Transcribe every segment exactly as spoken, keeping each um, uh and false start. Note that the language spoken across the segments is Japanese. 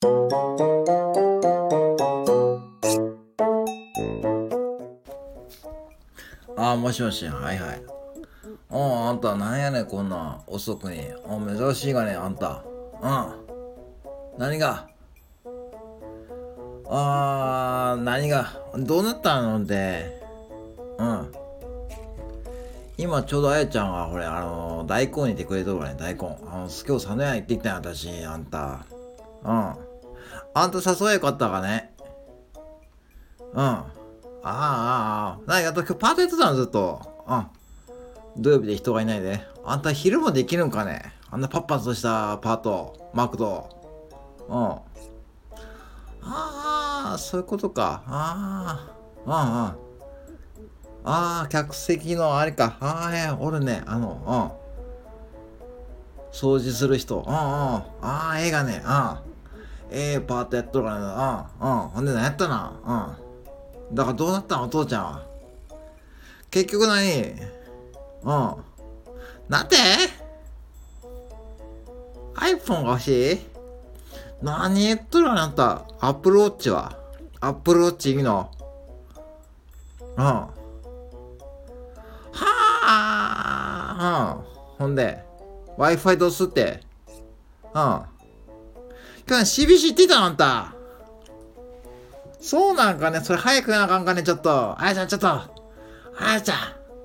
あー、もしもし、はいはい。おう、あんた、なんやねん、こんな遅くに。おう、珍しいがね、あんた。うん。何があー、何がどうなったのって。うん。今、ちょうどあやちゃんが、これ、あのー、大根にいてくれとるわね、大根。あの、今日、佐野屋行ってきたんや、私、あんた。うん。あんた誘えばよかったかね。うん。ああ、ああ、ああ。何やった、今日パートやってたの、ずっと。うん。土曜日で人がいないで。あんた昼もできるんかね。あんなパッパとしたパート、マクド。うん。ああ、そういうことか。ああ、うんうん。ああ、客席のあれか。ああ、いや、おるね。あの、うん。掃除する人。うんうん。ああ、映画ね。うん。ええパートやっとるからな。うんうん。ほんで何やったな。うん。だからどうなったのお父ちゃんは。結局何うん。なんて ?iPhone が欲しい何言っとるのあんた。アップルウォッチは。アップルウォッチいいの。うん。はあ。うん。ほんで、Wi-Fi どうすって。うん。去年 シービーシー って言ったのあんた。そうなんかね。それ早くやなあかんかね、ちょっと。あやちゃん、ちょっと。あやちゃん。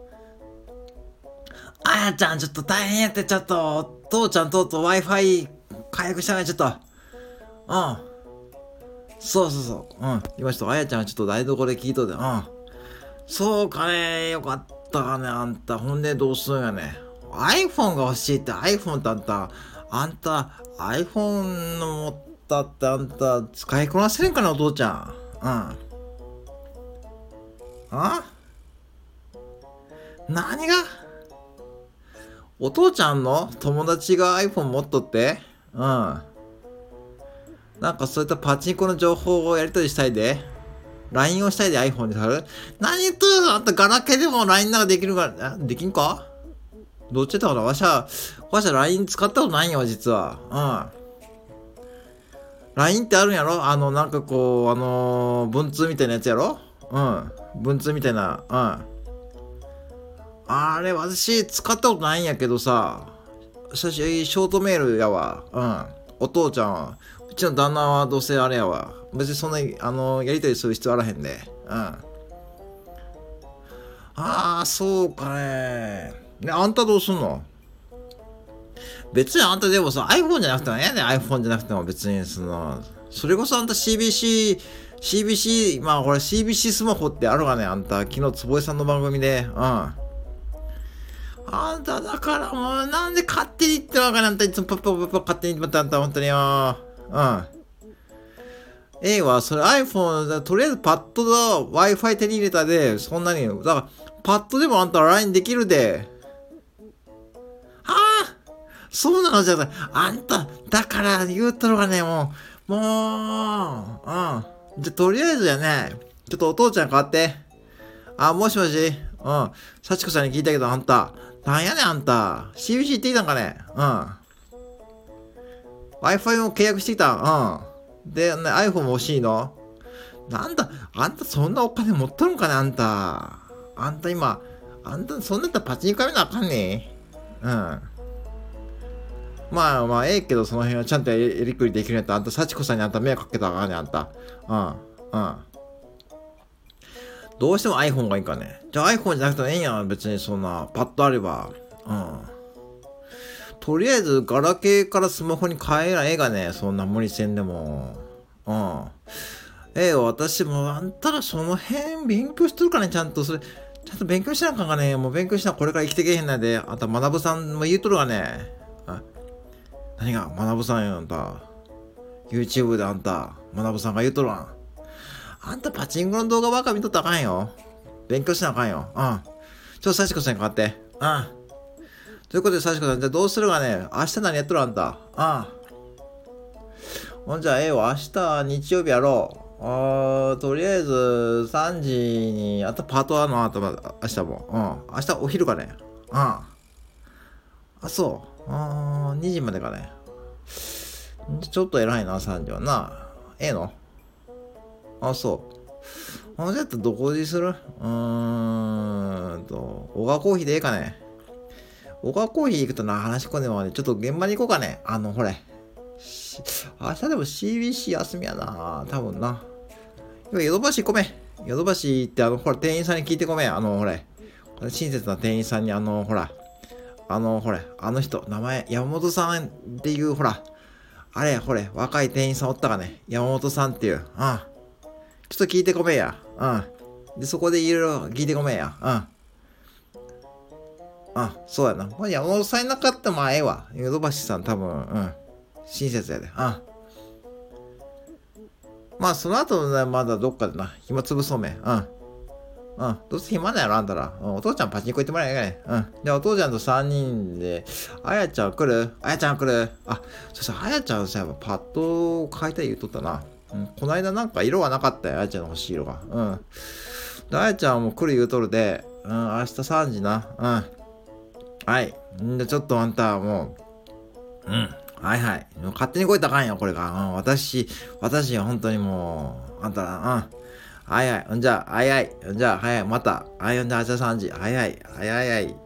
あやちゃん、ちょっと大変やって、ちょっと。父ちゃんとうとう Wi-Fi 解約したね、ちょっと。うん。そうそうそう。うん。今ちょっとあやちゃんはちょっと台所で聞いとって。うん。そうかね。よかったかね、あんた。ほんでどうすんやね。iPhone が欲しいって iPhone ってあんた、あんた iPhone の持ったってあんた使いこなせれんかなお父ちゃん。うん。あ何がお父ちゃんの友達が iPhone 持っとってうん。なんかそういったパチンコの情報をやり取りしたいで。ライン をしたいで iPhone にさる何言っとるのあんたガラケーでも ライン なんかできるかできんかどっちだからわしゃ、わしゃ ライン 使ったことないよ、実は。うん。ライン ってあるんやろあの、なんかこう、あのー、文通みたいなやつやろうん。文通みたいな。うん。あれ、私、使ったことないんやけどさ、写真、ショートメールやわ。うん。お父ちゃん、うちの旦那はどうせあれやわ。別にそんな、あのー、やりとりする必要あらへんで。うん。ああ、そうかね。ね、あんたどうすんの別にあんたでもさ、iPhone じゃなくてもええね iPhone じゃなくても別にその、それこそあんた シービーシー、シービーシー、まあこれ シービーシー スマホってあるがね、あんた。昨日坪井さんの番組で。うん。あんただからもうなんで勝手に言ってわかんないあんたいつもパッパッパッパ勝手に言ってあんた本当によ。うん。A はそれ iPhone、とりあえずパッドと Wi-Fi 手に入れたで、そんなに、だからパッドでもあんた ライン できるで。はあそうなのじゃない。あんた、だから言うとるがね、もう、もう、うん。じゃ、とりあえずやね、ちょっとお父ちゃん代わって。あ、もしもし。うん。幸子さんに聞いたけど、あんた、なんやねん、あんた。シービーシー って言いたんかね。うん。Wi-Fi も契約してきた。うん。で、ね、iPhone も欲しいのなんだ、あんたそんなお金持っとるんかね、あんた。あんた今、あんたそんなやったらパチンコやめなあかんねうん。まあまあ、ええけど、その辺はちゃんとやりくりできるんやったら、あんた、幸子さんにあんた迷惑かけたらあかんねん、あんた。うん。うん。どうしても iPhone がいいかね。じゃあ iPhone じゃなくてもええんやん、別にそんな、パッとあれば。うん。とりあえず、ガラケーからスマホに変えらええがね、そんな無理せんでも。うん。ええよ、私も、あんたらその辺勉強しとるかね、ちゃんと。それ、ちゃんと勉強しなあかんかね。もう勉強しなこれから生きてけへんなんで。あんた、学さんも言うとるがね。あ何が学さんよ、あんた。YouTube であんた、学さんが言うとるわん。あんたパチンコの動画ばっか見とったらあかんよ。勉強しなあかんよ。うん。ちょっと幸子さんに代わって。うん。ということで、幸子さん、じゃあどうするかね。明日何やっとるあんた。うん。ほんじゃ、ええわ。明日日曜日やろう。あーとりあえずさんじに、あとパートあるのあと明日も。うん。明日お昼かね。うん。あ、そう。あーにじまでかね。 ちょっと偉いな、さんじはな。ええの？あ、そう。あ、じゃあどこにする？うーんと、小川コーヒーでええかね。小川コーヒー行くとな、話し込んでもね、ちょっと現場に行こうかね。あの、ほれ。明日でも シービーシー 休みやな。多分な。ヨドバシ行こめ。ヨドバシ行って、あの、ほら、店員さんに聞いてこめ。あの、ほれ。親切な店員さんに、あの、ほら。あの、ほれ。あの人、名前、山本さんっていう、ほら。あれ、ほれ。若い店員さんおったかね。山本さんっていう。うん。ちょっと聞いてこめや。うん。で、そこでいろいろ聞いてこめや。うん。あ、そうやな。まあ、山本さんいなかったらまあええわ。ヨドバシさん多分、うん。親切やで。うん。まあ、その後ね、まだどっかでな、暇つぶそうめ。うん。うん。どうせ暇なんやろ、あんたら。うん。お父ちゃんパチンコ行ってもらえないかね。うん。で、お父ちゃんとさんにんで、あやちゃん来る？あやちゃん来る？あ、そしたらあやちゃんさ、やっぱパッド買いたい言うとったな。うん。こないだなんか色がなかったよ、あやちゃんの欲しい色が。うん。で、あやちゃんも来る言うとるで、うん、明日さんじな。うん。はい。んで、ちょっとあんた、もう、うん。はいはい。勝手に来いたらあかんよ、これが。うん。私、私、本当にもう、あんた、うん。はいはい。んじゃあ、はいはい。んじゃあ、はいはい。また。はい、んじゃあ、明日さんじ。はいはい。はいはいはい。